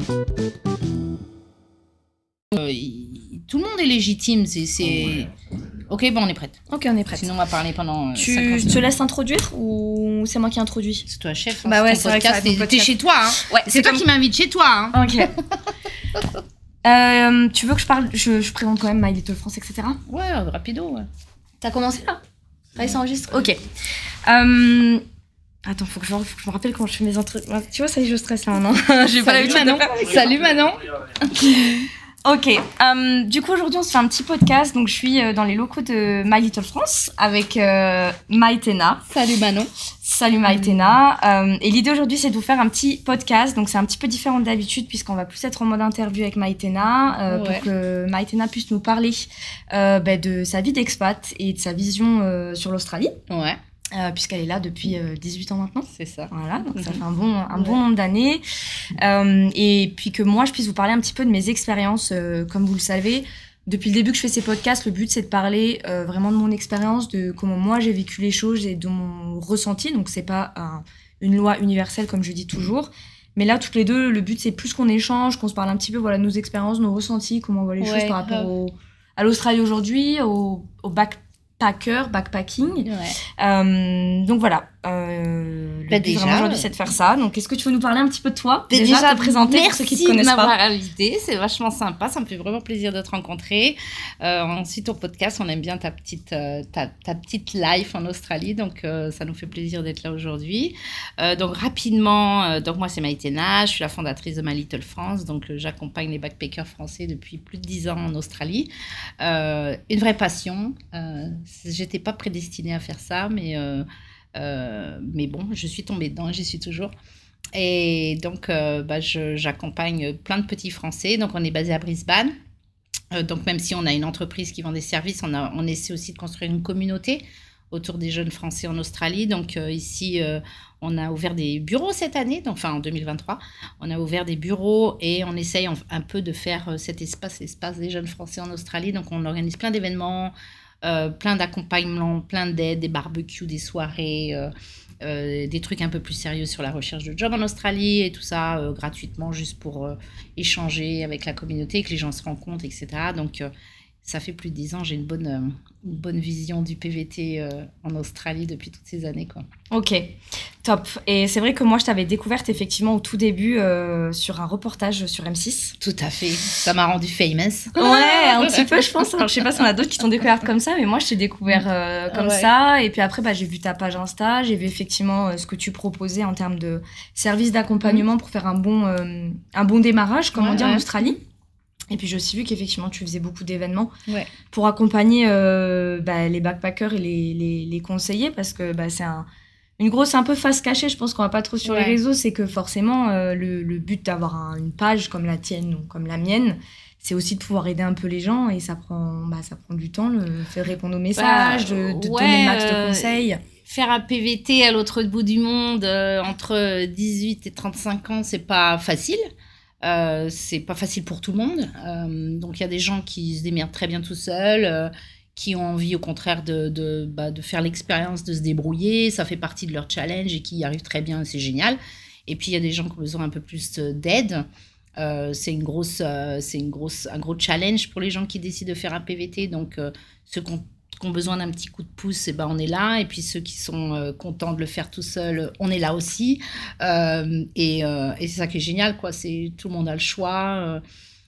Tout le monde est légitime, c'est... Ok, bon, on est prête. Ok, on est prête. Sinon, on va parler pendant... Je te laisse introduire ou c'est moi qui introduis? C'est toi, chef. Bah ouais, c'est vrai que ça va être mon t'es chez toi, hein. Ouais, c'est toi qui m'invites chez toi, hein. Ok. Tu veux que je parle... Je présente quand même My Little France, etc. Ouais, rapido, ouais. T'as commencé là? Ça s'enregistre? Ok. Attends, faut que je me rappelle comment je fais mes entretiens. Tu vois, ça y est, je stresse là, non? J'ai pas l'habitude de faire. Salut Manon. Ok, du coup aujourd'hui on se fait un petit podcast, donc je suis dans les locaux de My Little France avec Maïtena. Salut Manon. Salut Maïtena. Et l'idée aujourd'hui c'est de vous faire un petit podcast, donc c'est un petit peu différent d'habitude puisqu'on va plus être en mode interview avec Maïtena pour que Maïtena puisse nous parler de sa vie d'expat et de sa vision sur l'Australie. Ouais. Puisqu'elle est là depuis 18 ans maintenant. C'est ça. Voilà, donc ça fait un bon nombre d'années. Et puis que moi, je puisse vous parler un petit peu de mes expériences. Comme vous le savez, depuis le début que je fais ces podcasts, le but, c'est de parler vraiment de mon expérience, de comment moi, j'ai vécu les choses et de mon ressenti. Donc, c'est pas une loi universelle, comme je dis toujours. Mais là, toutes les deux, le but, c'est plus qu'on échange, qu'on se parle un petit peu de nos expériences, nos ressentis, comment on voit les choses par rapport à l'Australie aujourd'hui, au backpacking. Ouais. Donc voilà. Le but vraiment aujourd'hui, c'est de faire ça. Donc, est-ce que tu veux nous parler un petit peu de toi? Déjà te présenter pour ceux qui ne te connaissent pas. Merci de m'avoir invité. C'est vachement sympa. Ça me fait vraiment plaisir de te rencontrer. Ensuite, au podcast, on aime bien ta petite life en Australie. Donc, ça nous fait plaisir d'être là aujourd'hui. Donc, rapidement, moi, c'est Maïtena. Je suis la fondatrice de My Little France. Donc, j'accompagne les backpackers français depuis plus de 10 ans en Australie. Une vraie passion. J'étais pas prédestinée à faire ça, mais bon, je suis tombée dedans, j'y suis toujours. Et donc, j'accompagne plein de petits Français. Donc, on est basé à Brisbane. Donc, même si on a une entreprise qui vend des services, on essaie aussi de construire une communauté autour des jeunes Français en Australie. Donc, ici, on a ouvert des bureaux cette année, en 2023. On a ouvert des bureaux et on essaye un peu de faire cet espace des jeunes Français en Australie. Donc, on organise plein d'événements, plein d'accompagnements, plein d'aides, des barbecues, des soirées, des trucs un peu plus sérieux sur la recherche de job en Australie et tout ça gratuitement, juste pour échanger avec la communauté, que les gens se rencontrent, etc. Donc, ça fait plus de 10 ans, j'ai une bonne vision du PVT en Australie depuis toutes ces années, quoi. Ok, top. Et c'est vrai que moi, je t'avais découverte effectivement au tout début sur un reportage sur M6. Tout à fait. Ça m'a rendue famous. Ouais, un petit peu, je pense. Alors, je sais pas si on a d'autres qui t'ont découverte comme ça, mais moi, je t'ai découvert comme ça. Et puis après, j'ai vu ta page Insta, j'ai vu effectivement ce que tu proposais en termes de services d'accompagnement pour faire un bon démarrage, comme on dit en Australie. Et puis, j'ai aussi vu qu'effectivement, tu faisais beaucoup d'événements pour accompagner les backpackers et les conseillers, parce que c'est une grosse un peu face cachée, je pense qu'on va pas trop sur les réseaux, c'est que forcément, le but d'avoir une page comme la tienne ou comme la mienne, c'est aussi de pouvoir aider un peu les gens, et ça prend du temps, le faire répondre aux messages, de donner le max de conseils. Faire un PVT à l'autre bout du monde, entre 18 et 35 ans, c'est pas facile. C'est pas facile pour tout le monde. Donc, il y a des gens qui se démerdent très bien tout seuls, qui ont envie, au contraire, de faire l'expérience de se débrouiller. Ça fait partie de leur challenge et qui y arrivent très bien, c'est génial. Et puis, il y a des gens qui ont besoin un peu plus d'aide. C'est un gros challenge pour les gens qui décident de faire un PVT. Donc, ceux qui ont besoin d'un petit coup de pouce, on est là. Et puis, ceux qui sont contents de le faire tout seul, on est là aussi. Et c'est ça qui est génial, quoi. Tout le monde a le choix.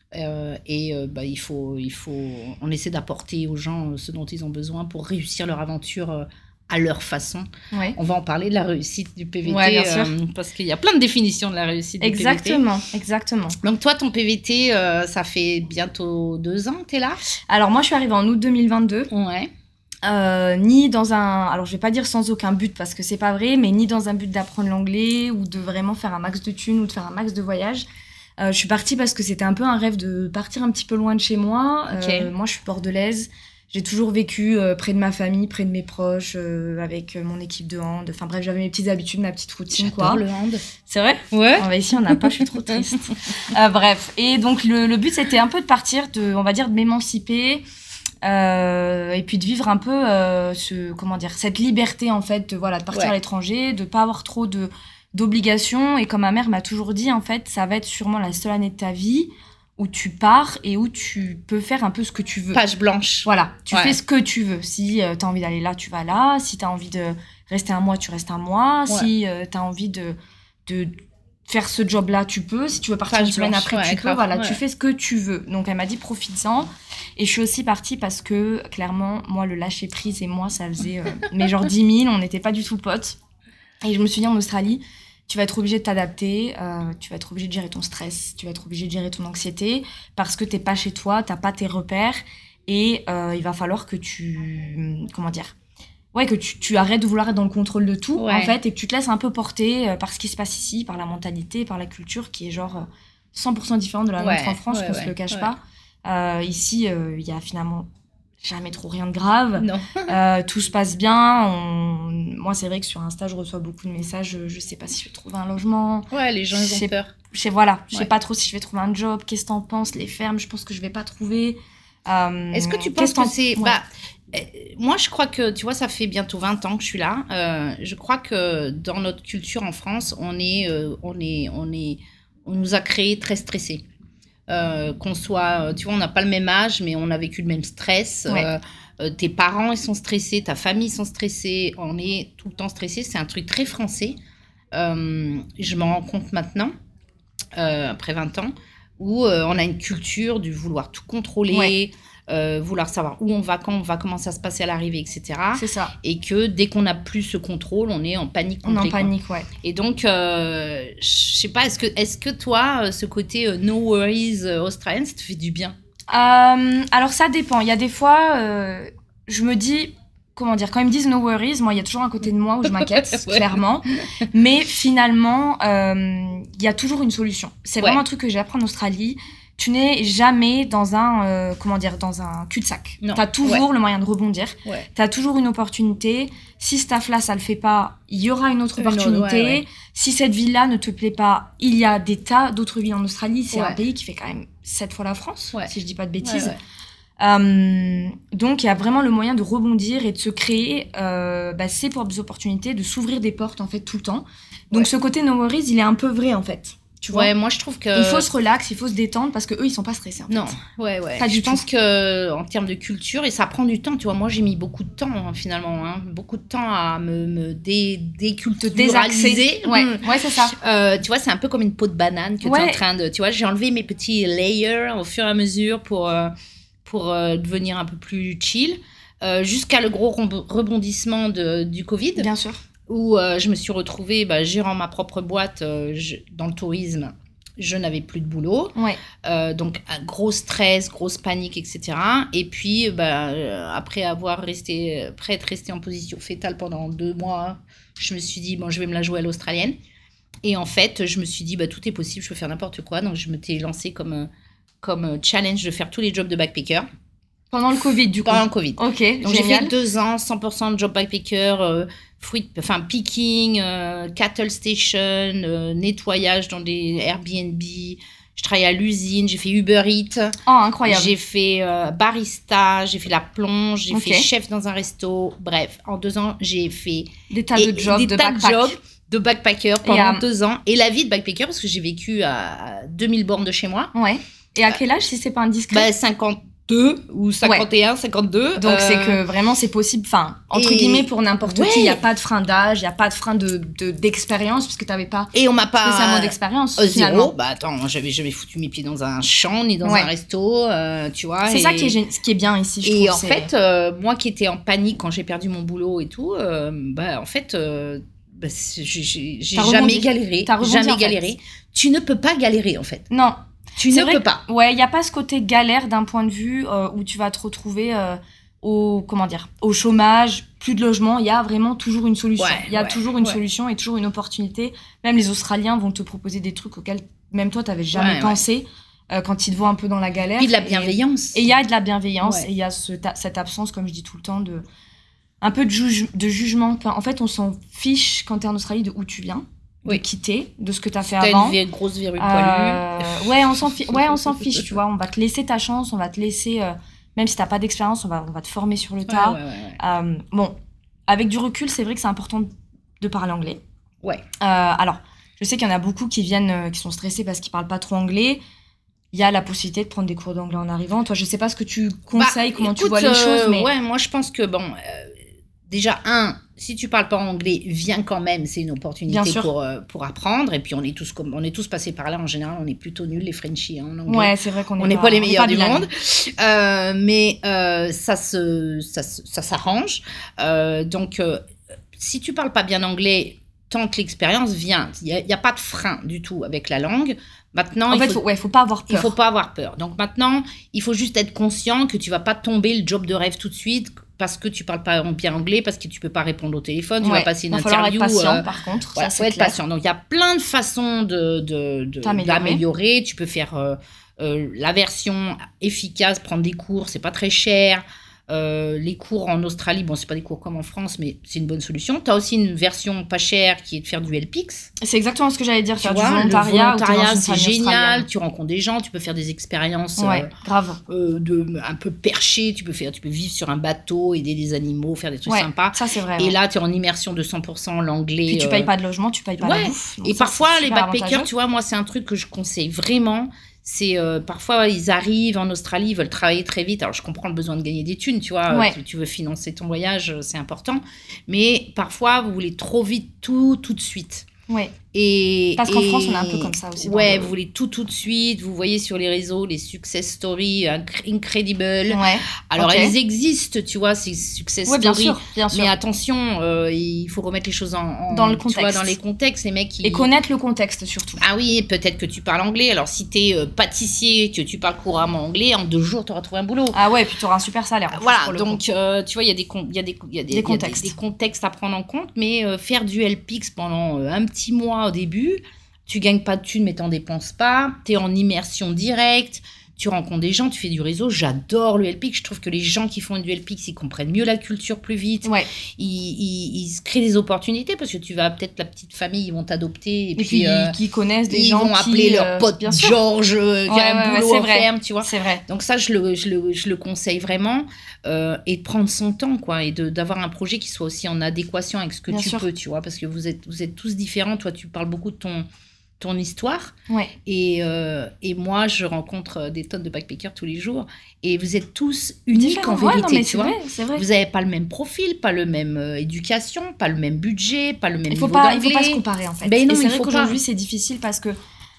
Il faut, on essaie d'apporter aux gens ce dont ils ont besoin pour réussir leur aventure à leur façon. Ouais. On va en parler de la réussite du PVT, bien sûr. Parce qu'il y a plein de définitions de la réussite du PVT. Exactement. Donc toi, ton PVT, ça fait bientôt 2 ans que tu es là? Alors moi, je suis arrivée en août 2022. Ouais. Ni dans alors je vais pas dire sans aucun but parce que c'est pas vrai, mais ni dans un but d'apprendre l'anglais ou de vraiment faire un max de thunes ou de faire un max de voyages. Je suis partie parce que c'était un peu un rêve de partir un petit peu loin de chez moi. Moi, je suis bordelaise. J'ai toujours vécu près de ma famille, près de mes proches, avec mon équipe de hand. Enfin bref, j'avais mes petites habitudes, ma petite routine. J'adore le hand. C'est vrai? Ouais. Ici, on n'a pas, je suis trop triste. Bref, et donc le but, c'était un peu de partir, on va dire, de m'émanciper. Et puis de vivre un peu cette liberté en fait de partir à l'étranger, de pas avoir trop de d'obligation. Et comme ma mère m'a toujours dit, en fait, ça va être sûrement la seule année de ta vie où tu pars et où tu peux faire un peu ce que tu veux. Page blanche. Voilà, tu fais ce que tu veux. Si tu as envie d'aller là, tu vas là. Si tu as envie de rester un mois, tu restes un mois. Si tu as envie de faire ce job-là, tu peux. Si tu veux partir une semaine après, tu peux. Voilà, tu fais ce que tu veux. Donc, elle m'a dit, profites-en. Et je suis aussi partie parce que, clairement, moi, le lâcher-prise et moi, ça faisait mais genre 10 000. On n'était pas du tout potes. Et je me suis dit, en Australie, tu vas être obligé de t'adapter, tu vas être obligé de gérer ton stress, tu vas être obligé de gérer ton anxiété parce que t'es pas chez toi, t'as pas tes repères et il va falloir que que tu arrêtes de vouloir être dans le contrôle de tout en fait et que tu te laisses un peu porter par ce qui se passe ici, par la mentalité, par la culture qui est genre 100% différente de la nôtre en France, qu'on se le cache pas. Ici, il y a finalement jamais trop rien de grave. Non. Tout se passe bien. Moi, c'est vrai que sur Insta, je reçois beaucoup de messages. Je sais pas si je vais trouver un logement. Ouais, les gens, ils ont peur. Je sais pas trop si je vais trouver un job. Qu'est-ce que t'en penses? Les fermes, je pense que je vais pas trouver. Est-ce que tu penses que c'est... moi, je crois que, tu vois, ça fait bientôt 20 ans que je suis là. Je crois que dans notre culture en France, on nous a créés très stressés. Qu'on soit, tu vois, on n'a pas le même âge, mais on a vécu le même stress. Tes parents, ils sont stressés, ta famille, ils sont stressés. On est tout le temps stressés. C'est un truc très français. Je m'en rends compte maintenant, après 20 ans, où on a une culture du vouloir tout contrôler, vouloir savoir où on va, quand on va, comment ça se passe à l'arrivée, etc. C'est ça. Et que dès qu'on n'a plus ce contrôle, on est en panique. On est en panique, ouais. Et donc, je sais pas, est-ce que toi, ce côté no worries australien, ça te fait du bien? Alors, ça dépend. Il y a des fois, je me dis... Comment dire, quand ils me disent no worries, moi, il y a toujours un côté de moi où je m'inquiète, clairement. Mais finalement, il y a toujours une solution. C'est vraiment un truc que j'ai appris en Australie. Tu n'es jamais dans un, dans un cul-de-sac. Tu as toujours le moyen de rebondir. Tu as toujours une opportunité. Si ce taf-là, ça le fait pas, il y aura une autre opportunité. Si cette ville-là ne te plaît pas, il y a des tas d'autres villes en Australie. C'est un pays qui fait quand même 7 fois la France, si je dis pas de bêtises. Donc il y a vraiment le moyen de rebondir et de se créer ces opportunités, de s'ouvrir des portes en fait tout le temps. Donc ce côté no worries, il est un peu vrai en fait. Tu vois, moi je trouve que il faut se relax, il faut se détendre parce que eux ils sont pas stressés en fait. Non, je pense que en termes de culture, et ça prend du temps, tu vois, moi j'ai mis beaucoup de temps finalement, beaucoup de temps à me déculturaliser. C'est ça. Tu vois, c'est un peu comme une peau de banane que tu es en train de, tu vois, j'ai enlevé mes petits layers au fur et à mesure pour devenir un peu plus chill, jusqu'à le gros rebondissement du Covid. Bien sûr. Où je me suis retrouvée gérant ma propre boîte dans le tourisme. Je n'avais plus de boulot. Donc, gros stress, grosse panique, etc. Et puis, après avoir prête rester en position fétale pendant 2 mois, je me suis dit, je vais me la jouer à l'australienne. Et en fait, je me suis dit, tout est possible, je peux faire n'importe quoi. Donc, je m'étais lancée comme challenge de faire tous les jobs de backpacker. Pendant le Covid, du coup. Pendant le Covid. Ok, donc j'ai fait 2 ans, 100% de job backpacker, picking, cattle station, nettoyage dans des Airbnb. Je travaillais à l'usine, j'ai fait Uber Eats. Oh, incroyable. J'ai fait barista, j'ai fait la plonge, j'ai fait chef dans un resto. Bref, en 2 ans, j'ai fait des tas de jobs de backpacker pendant 2 ans. Et la vie de backpacker, parce que j'ai vécu à 2000 bornes de chez moi. Ouais. Et à quel âge, si c'est pas indiscret? 52 ou 51, 52. Donc c'est que vraiment c'est possible, entre guillemets, pour n'importe qui. Il n'y a pas de frein d'âge, il n'y a pas de frein d'expérience, puisque tu n'avais pas spécialement d'expérience. Zéro. Attends, j'avais jamais foutu mes pieds dans un champ, ni dans un resto, tu vois. C'est ça qui est bien ici, je trouve. Et en fait, moi qui étais en panique quand j'ai perdu mon boulot et tout, en fait... j'ai jamais galéré. Jamais galéré. Tu ne peux pas galérer, en fait. Non. Tu ne peux pas. Ouais, il n'y a pas ce côté galère d'un point de vue où tu vas te retrouver au chômage, plus de logement. Il y a vraiment toujours une solution. Il y a toujours une solution et toujours une opportunité. Même les Australiens vont te proposer des trucs auxquels même toi, tu n'avais jamais pensé quand ils te voient un peu dans la galère. Et de la bienveillance. Et il y a de la bienveillance et il y a cette absence, comme je dis tout le temps, un peu de jugement. En fait, on s'en fiche quand tu es en Australie de où tu viens. De quitter, de ce que tu as fait avant. T'as une grosse verrue poilue. On s'en fiche, tu vois. On va te laisser ta chance, on va te laisser... même si t'as pas d'expérience, on va te former sur le tas. Bon, avec du recul, c'est vrai que c'est important de parler anglais. Ouais. Alors, je sais qu'il y en a beaucoup qui viennent, qui sont stressés parce qu'ils parlent pas trop anglais. Il y a la possibilité de prendre des cours d'anglais en arrivant. Toi, je sais pas ce que tu conseilles, comment tu vois les choses, mais... Ouais, moi, je pense que, déjà, si tu parles pas anglais, viens quand même, c'est une opportunité pour apprendre. Et puis, on est tous passés par là. En général, on est plutôt nuls, les Frenchies, en anglais. Ouais, c'est vrai qu'on n'est pas les meilleurs du monde. Mais ça s'arrange. Donc, si tu parles pas bien anglais, tente l'expérience, viens. Il y a pas de frein du tout avec la langue. Maintenant, faut pas avoir peur. Il faut pas avoir peur. Donc maintenant, il faut juste être conscient que tu vas pas tomber le job de rêve tout de suite parce que tu parles pas bien anglais, parce que tu peux pas répondre au téléphone, tu vas passer une interview. Il va falloir être patient, par contre. Voilà, faut être patient. Donc il y a plein de façons d'améliorer. Tu peux faire la version efficace, prendre des cours, c'est pas très cher. Les cours en Australie, c'est pas des cours comme en France, mais c'est une bonne solution. Tu as aussi une version pas chère qui est de faire du LPX. C'est exactement ce que j'allais dire, faire du volontariat. Le volontariat, c'est génial. Tu rencontres des gens, tu peux faire des expériences grave. Un peu perchées. Tu peux vivre sur un bateau, aider des animaux, faire des trucs sympas. Ça, c'est vrai. Et là, tu es en immersion de 100% l'anglais. Puis tu payes pas de logement, tu payes pas la bouffe. Et parfois, les backpackers, tu vois, moi, c'est un truc que je conseille vraiment. C'est parfois ils arrivent en Australie, ils veulent travailler très vite. Alors je comprends le besoin de gagner des thunes, tu vois, tu veux financer ton voyage, c'est important. Mais parfois vous voulez trop vite tout de suite. Ouais. Parce qu'en France, on est un peu comme ça aussi. Ouais, vous voulez tout de suite. Vous voyez sur les réseaux les success stories incredible. Ouais. Alors, elles existent, tu vois, ces success stories. Bien sûr. Mais attention, il faut remettre les choses dans le contexte. Tu vois, dans les contextes, les mecs. Et connaître le contexte surtout. Ah oui, peut-être que tu parles anglais. Alors, si t'es pâtissier, que tu parles couramment anglais, en 2 jours, t'auras trouvé un boulot. Ah ouais, et puis t'auras un super salaire. Voilà, donc tu vois, il y a des contextes à prendre en compte, mais faire du LPX pendant un petit mois au début, tu gagnes pas de thunes mais t'en dépenses pas, t'es en immersion directe, tu rencontres des gens, tu fais du réseau. J'adore le LPX, je trouve que les gens qui font du LPX, ils comprennent mieux la culture plus vite, ils se créent des opportunités parce que tu vas peut-être la petite famille, ils vont t'adopter et puis qui connaissent des gens, ils vont appeler leur pote Georges qui a un boulot en ferme, tu vois. C'est vrai. Donc ça, je le conseille vraiment, et de prendre son temps, quoi, et d'avoir un projet qui soit aussi en adéquation avec ce que tu peux, tu vois, parce que vous êtes tous différents. Toi, tu parles beaucoup de ton histoire. Et moi, je rencontre des tonnes de backpackers tous les jours. Et vous êtes tous uniques en vérité, tu vois. C'est vrai. Vous n'avez pas le même profil, pas le même éducation, pas le même budget, pas le même niveau d'anglais. Il ne faut pas se comparer, en fait. Ben non, et c'est vrai qu'aujourd'hui, c'est difficile parce que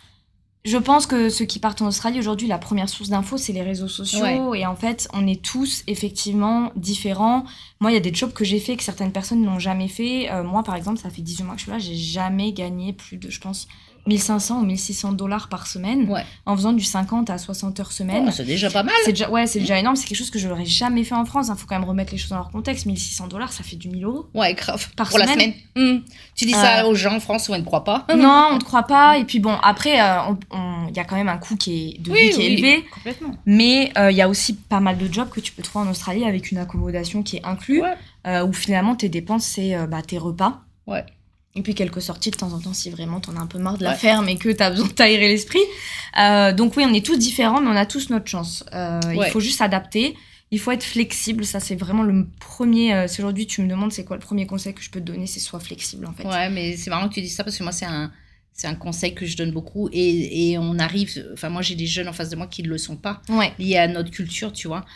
je pense que ceux qui partent en Australie, aujourd'hui, la première source d'infos, c'est les réseaux sociaux. Et en fait, on est tous, effectivement, différents. Moi, il y a des jobs que j'ai fait que certaines personnes n'ont jamais fait. Moi, par exemple, ça fait 18 mois que je suis là. J'ai jamais gagné plus de, je pense, 1500 ou 1600 $ par semaine en faisant du 50 à 60 heures semaine. C'est déjà pas mal. C'est déjà énorme. C'est quelque chose que je n'aurais jamais fait en France. Il faut quand même remettre les choses dans leur contexte. 1600 $, ça fait du 1000 €. Ouais, grave. Par pour semaine. La semaine. Tu dis ça aux gens en France où ils ne croient pas. Non, on ne croit pas. Et puis bon, après, il y a quand même un coût qui est élevé. Complètement. Mais il y a aussi pas mal de jobs que tu peux trouver en Australie avec une accommodation qui est inclue, où finalement tes dépenses, c'est tes repas. Ouais. Et puis quelques sorties de temps en temps si vraiment t'en as un peu marre de la ferme et que t'as besoin de t'aérer l'esprit. Donc oui, on est tous différents, mais on a tous notre chance. Il faut juste s'adapter. Il faut être flexible. Ça, c'est vraiment le premier... si aujourd'hui tu me demandes c'est quoi le premier conseil que je peux te donner, c'est sois flexible en fait. Ouais, mais c'est marrant que tu dises ça parce que moi, c'est un conseil que je donne beaucoup. Et on arrive... Enfin, moi, j'ai des jeunes en face de moi qui ne le sont pas, liés à notre culture, tu vois.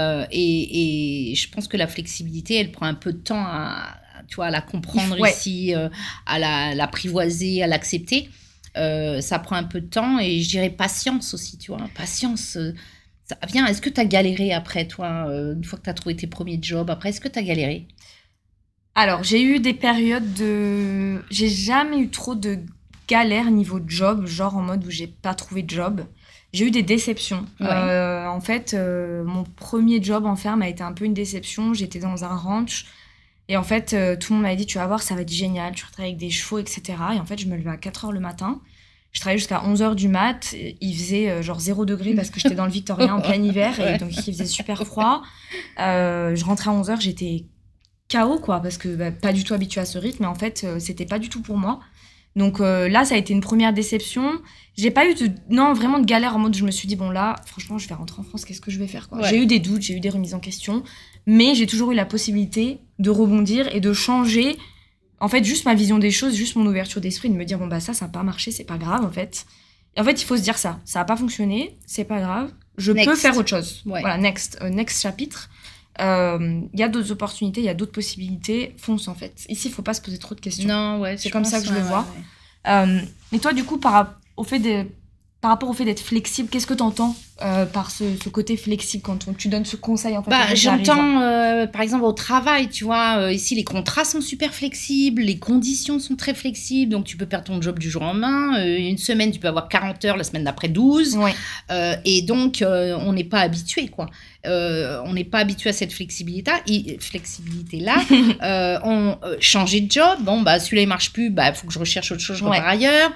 Et je pense que la flexibilité, elle prend un peu de temps à la comprendre ici, à l'apprivoiser, à l'accepter. Ça prend un peu de temps et je dirais patience aussi, tu vois. Patience, ça vient. Est-ce que tu as galéré après, toi, une fois que tu as trouvé tes premiers jobs? Après, est-ce que tu as galéré? Alors, j'ai eu des périodes de... J'ai jamais eu trop de galères niveau job, genre en mode où j'ai pas trouvé de job. J'ai eu des déceptions. En fait, mon premier job en ferme a été un peu une déception. J'étais dans un ranch. Et en fait, tout le monde m'avait dit, tu vas voir, ça va être génial, tu vas travailler avec des chevaux, etc. Et en fait, je me levais à 4h le matin. Je travaillais jusqu'à 11h du mat. Il faisait genre 0 degré parce que j'étais dans le Victoria en plein hiver. Et donc, il faisait super froid. Je rentrais à 11h, j'étais KO, quoi, parce que pas du tout habituée à ce rythme. Mais en fait, c'était pas du tout pour moi. Donc là, ça a été une première déception. J'ai pas eu vraiment de galère en mode je me suis dit, bon là, franchement, je vais rentrer en France, qu'est-ce que je vais faire, quoi. J'ai eu des doutes, j'ai eu des remises en question. Mais j'ai toujours eu la possibilité de rebondir et de changer En fait, juste ma vision des choses, juste mon ouverture d'esprit, de me dire, bon, bah ça n'a pas marché, c'est pas grave, en fait. Et en fait, il faut se dire ça. Ça n'a pas fonctionné, c'est pas grave. Je peux faire autre chose. Ouais. Voilà, next chapitre. Il y a d'autres opportunités, il y a d'autres possibilités. Fonce, en fait. Ici, il faut pas se poser trop de questions. Non, ouais. C'est comme ça que je le vois. Ouais. Et toi, du coup, par rapport au fait d'être flexible, qu'est-ce que tu entends par ce côté flexible quand tu donnes ce conseil en fait, j'entends, par exemple, au travail, tu vois, ici, les contrats sont super flexibles, les conditions sont très flexibles, donc tu peux perdre ton job du jour au lendemain. Une semaine, tu peux avoir 40 heures, la semaine d'après 12. Ouais. Et donc, on n'est pas habitué, quoi. On n'est pas habitué à cette flexibilité-là. Changer de job, bon, bah, celui-là, il marche plus, bah, il faut que je recherche autre chose, je repars ailleurs.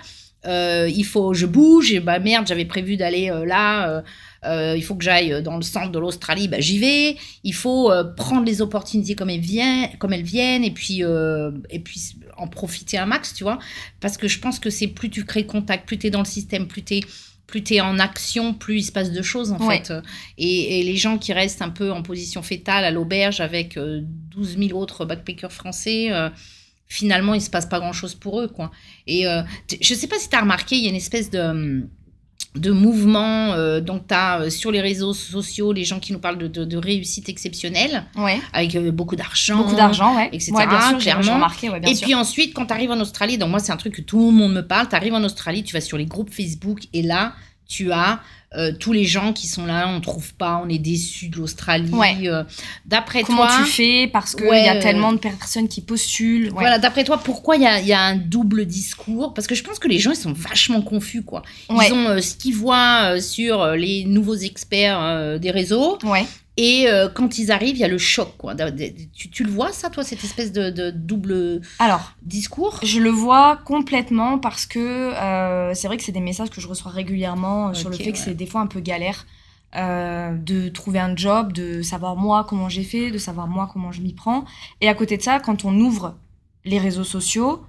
Je bouge, et bah merde, j'avais prévu d'aller là, il faut que j'aille dans le centre de l'Australie, bah j'y vais. Il faut prendre les opportunités comme elles viennent, et puis en profiter un max, tu vois, parce que je pense que c'est plus tu crées de contact, plus tu es dans le système, plus t'es en action, plus il se passe de choses, en fait. Et les gens qui restent un peu en position fétale à l'auberge avec 12 000 autres backpackers français, finalement, il ne se passe pas grand-chose pour eux, quoi. Et je ne sais pas si tu as remarqué, il y a une espèce de mouvement. Donc, tu as sur les réseaux sociaux les gens qui nous parlent de réussite exceptionnelle, avec beaucoup d'argent, etc. Ouais, bien sûr, clairement. J'ai remarqué, bien sûr. Puis ensuite, quand tu arrives en Australie, donc moi, c'est un truc que tout le monde me parle, tu arrives en Australie, tu vas sur les groupes Facebook, et là, tu as tous les gens qui sont là, on ne trouve pas, on est déçus de l'Australie. D'après Comment toi... Comment tu fais? Parce qu'il y a tellement de personnes qui postulent. Voilà, d'après toi, pourquoi il y a un double discours? Parce que je pense que les gens, ils sont vachement confus, quoi. Ils ont ce qu'ils voient sur les nouveaux experts des réseaux. Et quand ils arrivent, il y a le choc, quoi. Tu le vois, ça, toi, cette espèce de double discours? Je le vois complètement parce que c'est vrai que c'est des messages que je reçois régulièrement sur le fait que c'est des fois un peu galère de trouver un job, de savoir moi comment j'ai fait, de savoir moi comment je m'y prends. Et à côté de ça, quand on ouvre les réseaux sociaux,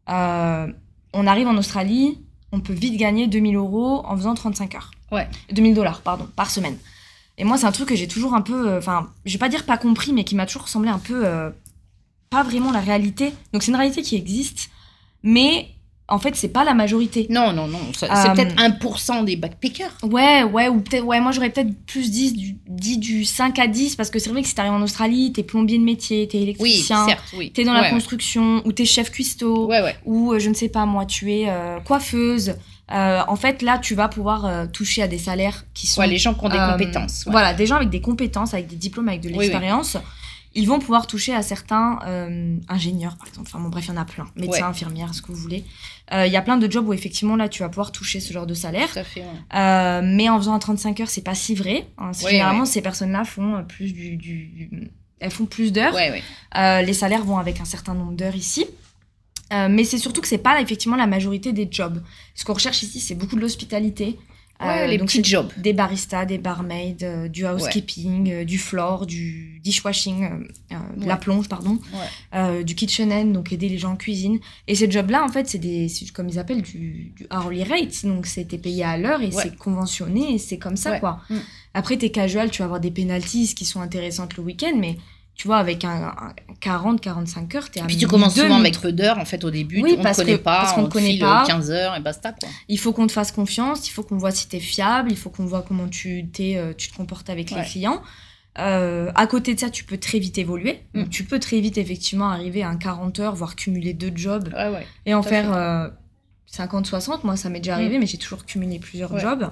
on arrive en Australie, on peut vite gagner 2 000 € en faisant 35 heures. 2 000 $, pardon, par semaine. Et moi, c'est un truc que j'ai toujours un peu... je vais pas dire pas compris, mais qui m'a toujours semblé un peu... pas vraiment la réalité. Donc, c'est une réalité qui existe, mais en fait, c'est pas la majorité. Non. C'est peut-être 1% des backpackers. Ouais, ou peut-être... Ouais, moi, j'aurais peut-être plus dit du 5 à 10, parce que c'est vrai que si t'arrives en Australie, t'es plombier de métier, t'es électricien, t'es dans la construction, ou t'es chef cuistot, ou je ne sais pas, moi, tu es coiffeuse... en fait, là, tu vas pouvoir toucher à des salaires qui sont... les gens qui ont des compétences. Voilà, des gens avec des compétences, avec des diplômes, avec de l'expérience. Ils vont pouvoir toucher à certains ingénieurs, par exemple. Enfin, bon, bref, il y en a plein. Médecins, infirmières, ce que vous voulez. Il y a plein de jobs où, effectivement, là, tu vas pouvoir toucher ce genre de salaire. Tout à fait, mais en faisant un 35 heures, c'est pas si vrai. Généralement, ces personnes-là font plus elles font plus d'heures. Les salaires vont avec un certain nombre d'heures ici. Mais c'est surtout que c'est pas effectivement la majorité des jobs. Ce qu'on recherche ici, c'est beaucoup de l'hospitalité. Les petits jobs. Des baristas, des barmaids, du housekeeping, du floor, du dishwashing, de la plonge, pardon, du kitchen-end, donc aider les gens en cuisine. Et ces jobs-là, en fait, c'est comme ils appellent, du hourly rate. Donc, t'es payé à l'heure et c'est conventionné et c'est comme ça, quoi. Après, t'es casual, tu vas avoir des penalties qui sont intéressantes le week-end, mais... Tu vois, avec un 40-45 heures, t'es à... Puis tu commences souvent avec peu d'heures, en fait, au début. On ne connaît pas, on te file 15 heures et basta, quoi. Il faut qu'on te fasse confiance, il faut qu'on voit si t'es fiable, il faut qu'on voit comment tu te comportes avec les clients. À côté de ça, tu peux très vite évoluer. Donc, tu peux très vite, effectivement, arriver à un 40 heures, voire cumuler 2 jobs et en faire 50-60. Moi, ça m'est déjà arrivé, mais j'ai toujours cumulé plusieurs jobs.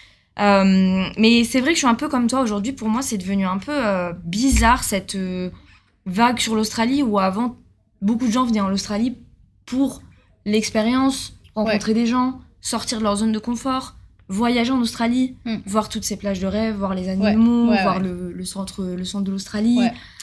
Mais c'est vrai que je suis un peu comme toi aujourd'hui. Pour moi, c'est devenu un peu bizarre cette vague sur l'Australie où avant, beaucoup de gens venaient en Australie pour l'expérience, rencontrer des gens, sortir de leur zone de confort, voyager en Australie, voir toutes ces plages de rêve, voir les animaux, voir le centre de l'Australie.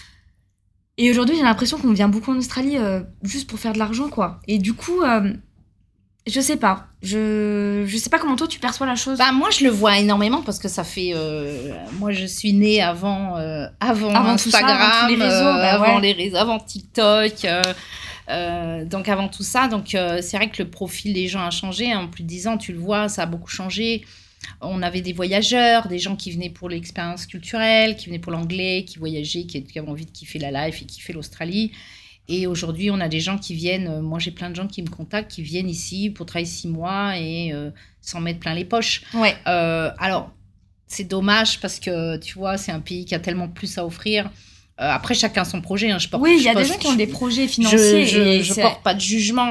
Et aujourd'hui, j'ai l'impression qu'on vient beaucoup en Australie juste pour faire de l'argent, quoi. Et du coup... je sais pas. Je sais pas comment toi tu perçois la chose. Moi je le vois énormément parce que ça fait moi je suis née avant Instagram, tout ça, avant les réseaux, avant TikTok, donc avant tout ça, donc c'est vrai que le profil des gens a changé en plus de 10 ans, tu le vois, ça a beaucoup changé. On avait des voyageurs, des gens qui venaient pour l'expérience culturelle, qui venaient pour l'anglais, qui voyageaient, qui avaient envie de kiffer la life et kiffer l'Australie. Et aujourd'hui, on a des gens qui viennent, moi j'ai plein de gens qui me contactent, qui viennent ici pour travailler 6 mois et s'en mettre plein les poches. Ouais. Alors, c'est dommage parce que, tu vois, c'est un pays qui a tellement plus à offrir. Après, chacun son projet. Hein. Il y a des gens qui ont des projets financiers. Je porte pas de jugement.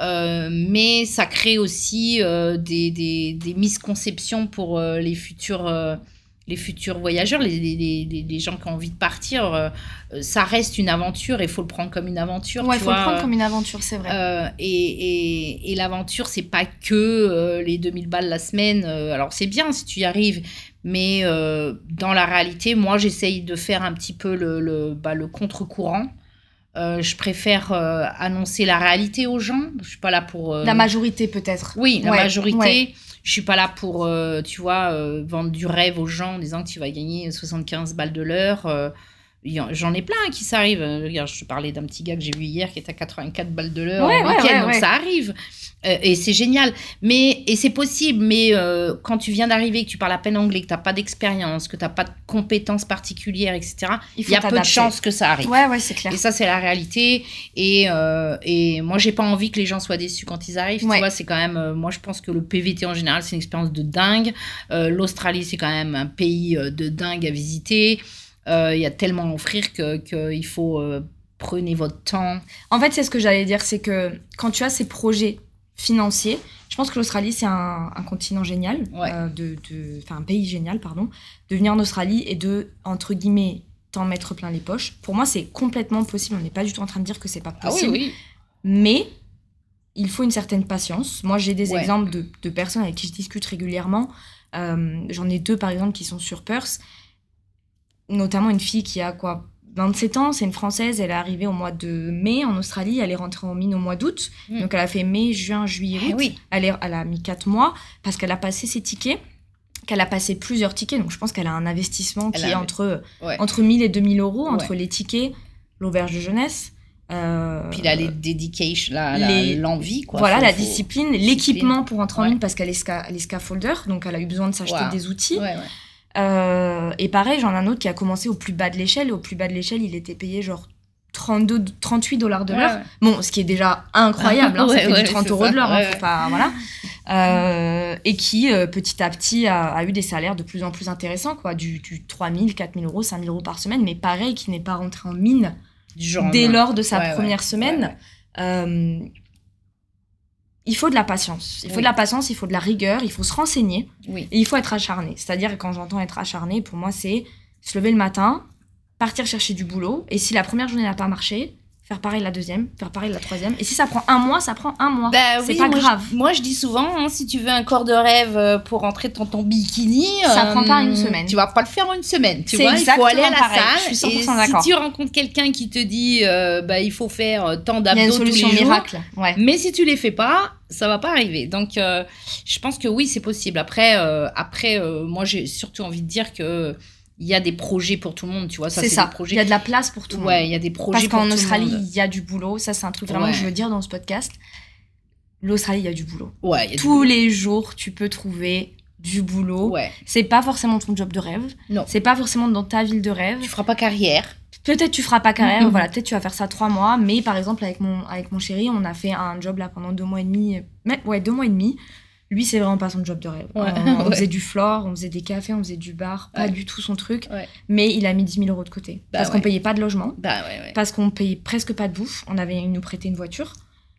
Mais ça crée aussi des misconceptions pour les futurs voyageurs, les gens qui ont envie de partir. Ça reste une aventure et il faut le prendre comme une aventure. Ouais, il faut le prendre comme une aventure, c'est vrai. Et l'aventure, c'est pas que les 2000 balles la semaine. Alors, c'est bien si tu y arrives, mais dans la réalité, moi, j'essaye de faire un petit peu le contre-courant. Je préfère annoncer la réalité aux gens. Je suis pas là pour... La majorité, peut-être. Oui, la majorité. Ouais. Je suis pas là pour, tu vois, vendre du rêve aux gens en disant que tu vas gagner 75 balles de l'heure. J'en ai plein qui s'arrivent. Regarde, je te parlais d'un petit gars que j'ai vu hier qui était à 84 balles de l'heure en week-end, donc ça arrive. Et c'est génial. Et c'est possible, mais quand tu viens d'arriver, que tu parles à peine anglais, que tu n'as pas d'expérience, que tu n'as pas de compétences particulières, etc., il y a peu de chances que ça arrive. Ouais, c'est clair. Et ça, c'est la réalité. Et moi, j'ai pas envie que les gens soient déçus quand ils arrivent. Tu vois, c'est quand même... moi, je pense que le PVT, en général, c'est une expérience de dingue. L'Australie, c'est quand même un pays de dingue à visiter. Il y a tellement à offrir qu'il faut... prenez votre temps. En fait, c'est ce que j'allais dire, c'est que quand tu as ces projets financiers, je pense que l'Australie, c'est un continent génial, un pays génial, pardon, de venir en Australie et de, entre guillemets, t'en mettre plein les poches. Pour moi, c'est complètement possible. On n'est pas du tout en train de dire que c'est pas possible. Oui. Mais il faut une certaine patience. Moi, j'ai des exemples de personnes avec qui je discute régulièrement. J'en ai 2, par exemple, qui sont sur Perth. Notamment une fille qui a 27 ans, c'est une Française, elle est arrivée au mois de mai en Australie, elle est rentrée en mine au mois d'août, donc elle a fait mai, juin, juillet, août, elle a mis 4 mois parce qu'elle a passé ses tickets, qu'elle a passé plusieurs tickets, donc je pense qu'elle a un investissement qui est entre 1000 et 2000 euros, entre les tickets, l'auberge de jeunesse... Puis là, les dedication, l'envie, quoi. Voilà, la discipline, l'équipement pour entrer en mine parce qu'elle est scaffolder, donc elle a eu besoin de s'acheter des outils. Et pareil, j'en ai un autre qui a commencé au plus bas de l'échelle. Et au plus bas de l'échelle, il était payé genre 38 dollars de l'heure. Bon, ce qui est déjà incroyable. Ça fait du 30 euros de l'heure. Faut pas, voilà. Et qui, petit à petit, a eu des salaires de plus en plus intéressants. Du 3 000, 4 000 euros, 5 000 euros par semaine. Mais pareil, qui n'est pas rentré en mine dès lors de sa première semaine. Il faut de la patience. Il faut de la patience, il faut de la rigueur, il faut se renseigner. Et il faut être acharné. C'est-à-dire, quand j'entends être acharné, pour moi, c'est se lever le matin, partir chercher du boulot. Et si la première journée n'a pas marché, faire pareil la deuxième, faire pareil la troisième. Et si ça prend 1 mois, ça prend 1 mois. C'est pas grave. Moi, je dis souvent, si tu veux un corps de rêve pour rentrer dans ton bikini... ça prend pas une semaine. Tu vas pas le faire en une semaine. Tu vois, il faut aller à la salle. Je suis 100% et d'accord. Si tu rencontres quelqu'un qui te dit il faut faire tant d'abdos tous les jours... Il y a une solution miracle. Mais si tu les fais pas, ça va pas arriver. Donc, je pense que oui, c'est possible. Après, moi, j'ai surtout envie de dire que... Il y a des projets pour tout le monde, tu vois. C'est ça. Il y a de la place pour tout le monde. Ouais, il y a des projets pour tout le monde. Parce qu'en Australie, il y a du boulot. Ça, c'est un truc vraiment que je veux dire dans ce podcast. L'Australie, il y a du boulot. Ouais, tous les jours, tu peux trouver du boulot. Ouais. C'est pas forcément ton job de rêve. Non. C'est pas forcément dans ta ville de rêve. Tu feras pas carrière. Peut-être tu feras pas carrière. Voilà, peut-être tu vas faire ça 3 mois. Mais par exemple, avec mon chéri, on a fait un job là pendant 2 mois et demi. 2 mois et demi. Lui, c'est vraiment pas son job de rêve. On faisait du floor, on faisait des cafés, on faisait du bar. Pas du tout son truc. Mais il a mis 10 000 euros de côté. Parce qu'on payait pas de logement. Parce qu'on payait presque pas de bouffe. Il nous prêtait une voiture.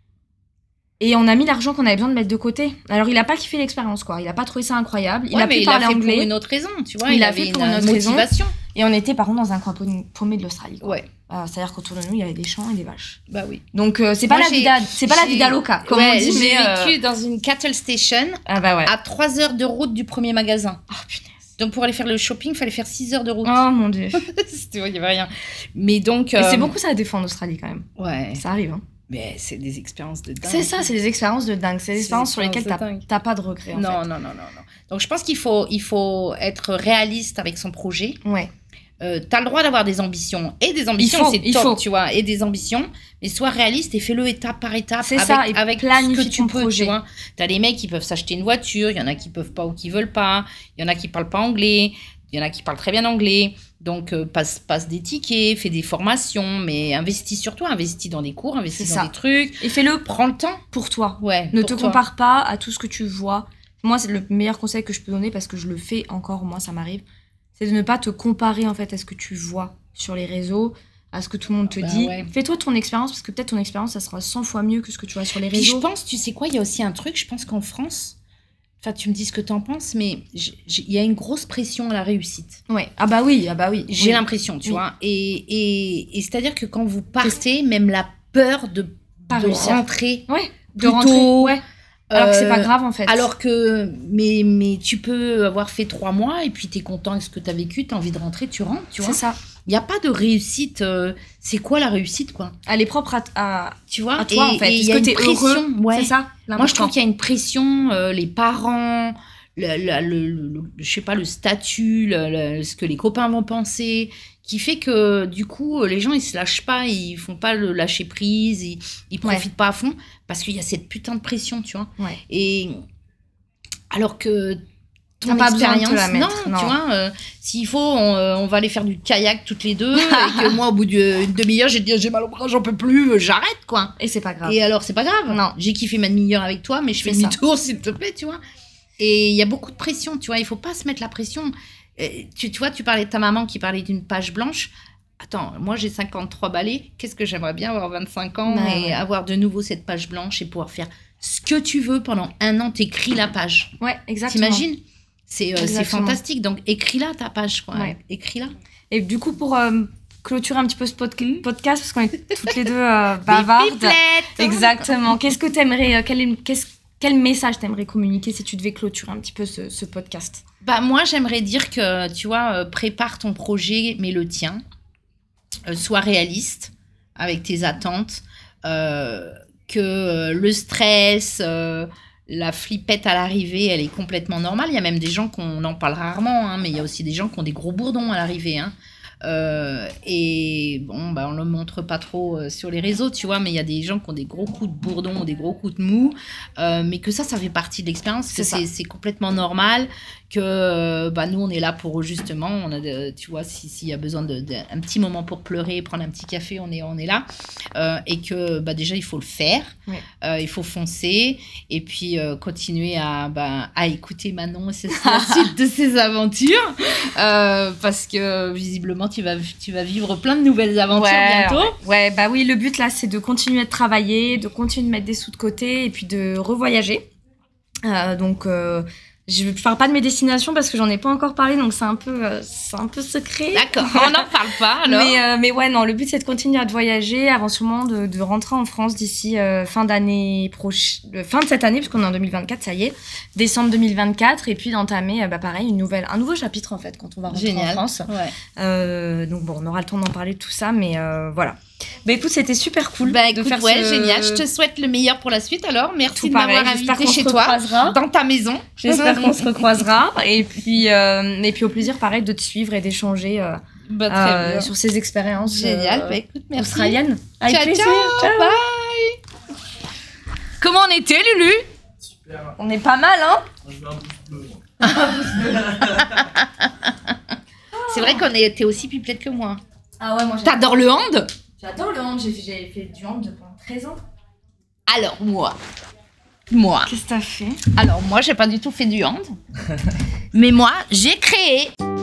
Et on a mis l'argent qu'on avait besoin de mettre de côté. Alors, il a pas kiffé l'expérience, quoi. Il a pas trouvé ça incroyable. Il a pu parler anglais. Il a fait pour une autre raison, tu vois. Il a fait pour une autre motivation. Raison. Et on était, par contre, dans un coin paumé de l'Australie. Ouais. C'est-à-dire qu'autour de nous, il y avait des champs et des vaches. Bah oui. Donc, c'est pas la vida loca, comme on dit. J'ai vécu dans une cattle station à 3 heures de route du premier magasin. Oh, punaise. Donc, pour aller faire le shopping, il fallait faire 6 heures de route. Oh, mon Dieu. Il n'y avait rien. Mais donc... Et c'est beaucoup ça à défendre en Australie, quand même. Ouais. Ça arrive, hein. Mais c'est des expériences de dingue. C'est ça, c'est des expériences de dingue. C'est des expériences sur lesquelles t'as pas de regrets, en fait. Non. Donc, je pense qu'il faut être réaliste avec son projet. Ouais. T'as le droit d'avoir des ambitions. Et des ambitions, c'est top, tu vois. Et des ambitions. Mais sois réaliste et fais-le étape par étape. C'est ça, et avec planifie ce que tu peux, projet. Tu vois. T'as des mecs qui peuvent s'acheter une voiture. Il y en a qui peuvent pas ou qui veulent pas. Il y en a qui parlent pas anglais. Il y en a qui parlent très bien anglais. Donc, passe des tickets, fais des formations, mais investis sur toi, investis dans des cours, investis dans des trucs. Et fais-le. Prends le temps. Pour toi. Ouais. Ne te compare pas à tout ce que tu vois. Moi, c'est le meilleur conseil que je peux donner parce que je le fais encore, moi, ça m'arrive. C'est de ne pas te comparer, en fait, à ce que tu vois sur les réseaux, à ce que tout le monde te dit. Ouais. Fais-toi ton expérience parce que peut-être ton expérience, ça sera 100 fois mieux que ce que tu vois sur les réseaux. Puis je pense, tu sais quoi, il y a aussi un truc, je pense qu'en France... Enfin, tu me dis ce que t'en penses, mais il y a une grosse pression à la réussite. Ouais. Ah bah oui. J'ai l'impression, tu vois. Et c'est-à-dire que quand vous partez, même la peur de rentrer. Ouais. De rentrer. Ouais. Alors que c'est pas grave, en fait. Alors que... Mais tu peux avoir fait 3 mois et puis t'es content avec ce que t'as vécu, t'as envie de rentrer, tu rentres, tu vois. C'est ça. Il n'y a pas de réussite. C'est quoi la réussite, quoi? Elle est propre à tu vois, à toi, en fait. Est-ce que t'es heureux? Ouais. C'est ça. Moi, je trouve qu'il y a une pression, les parents, je sais pas, le statut, ce que les copains vont penser, qui fait que, du coup, les gens, ils se lâchent pas, ils font pas le lâcher prise, ils profitent pas à fond, parce qu'il y a cette putain de pression, tu vois. Ouais. Et alors que... T'as pas besoin de te la mettre. Non. Tu vois, s'il faut, on va aller faire du kayak toutes les deux, et que moi, au bout d'une demi-heure, j'ai mal au bras, j'en peux plus, j'arrête, quoi. Et c'est pas grave. Et alors, c'est pas grave. Non. J'ai kiffé ma demi-heure avec toi, mais je fais demi-tour, s'il te plaît, tu vois. Et il y a beaucoup de pression, tu vois, il faut pas se mettre la pression. Tu vois, tu parlais de ta maman qui parlait d'une page blanche. Attends, moi, j'ai 53 balais. Qu'est-ce que j'aimerais bien avoir 25 ans et avoir de nouveau cette page blanche et pouvoir faire ce que tu veux pendant 1 an, t'écris la page. Ouais, exactement. T'imagines ? C'est fantastique. Donc, écris-la ta page, quoi. Ouais. Écris-la. Et du coup, pour clôturer un petit peu ce podcast, parce qu'on est toutes les deux bavardes. Exactement. Qu'est-ce que t'aimerais... Quel message t'aimerais communiquer si tu devais clôturer un petit peu ce podcast? Bah, moi, j'aimerais dire que, tu vois, prépare ton projet, mais le tien. Sois réaliste avec tes attentes. Que le stress... la flippette à l'arrivée, elle est complètement normale. Il y a même des gens qu'on en parle rarement, hein, mais il y a aussi des gens qui ont des gros bourdons à l'arrivée. Hein. Et bon, bah, on ne le montre pas trop sur les réseaux, tu vois, mais il y a des gens qui ont des gros coups de bourdon ou des gros coups de mou, mais que ça fait partie de l'expérience, c'est complètement normal, que bah, nous, on est là pour justement, tu vois, s'il y a besoin d'un petit moment pour pleurer, prendre un petit café, on est là, et que bah, déjà, il faut le faire, il faut foncer, et puis continuer à écouter Manon et la suite de ses aventures, parce que visiblement, tu vas vivre plein de nouvelles aventures bientôt. Ouais, bah oui, le but là, c'est de continuer de travailler, de continuer de mettre des sous de côté et puis de revoyager. Donc, je ne parle pas de mes destinations parce que j'en ai pas encore parlé, donc c'est un peu secret. D'accord, on n'en parle pas alors. Mais ouais, non, le but c'est de continuer à voyager avant sûrement de rentrer en France d'ici fin d'année fin de cette année, puisqu'on est en 2024, ça y est, décembre 2024, et puis d'entamer, pareil, un nouveau chapitre en fait quand on va rentrer en France. Ouais. Donc bon, on aura le temps d'en parler de tout ça, mais voilà. Bah écoute, c'était super cool de faire génial. Je te souhaite le meilleur pour la suite alors. Merci de m'avoir invité chez toi, dans ta maison. J'espère qu'on se recroisera. Et puis au plaisir, pareil, de te suivre et d'échanger sur ces expériences génial. Écoute, merci. Australiennes. Ciao, ciao, bye. Comment on était, Lulu? Super. On est pas mal, hein? Je mets un pouce bleu. C'est vrai qu'on était aussi pipelette que moi. Ah ouais, moi t'adores le hand? J'adore le hand, j'ai fait du hand pendant 13 ans. Alors moi. Qu'est-ce que t'as fait? Alors moi, j'ai pas du tout fait du hand. Mais moi, j'ai créé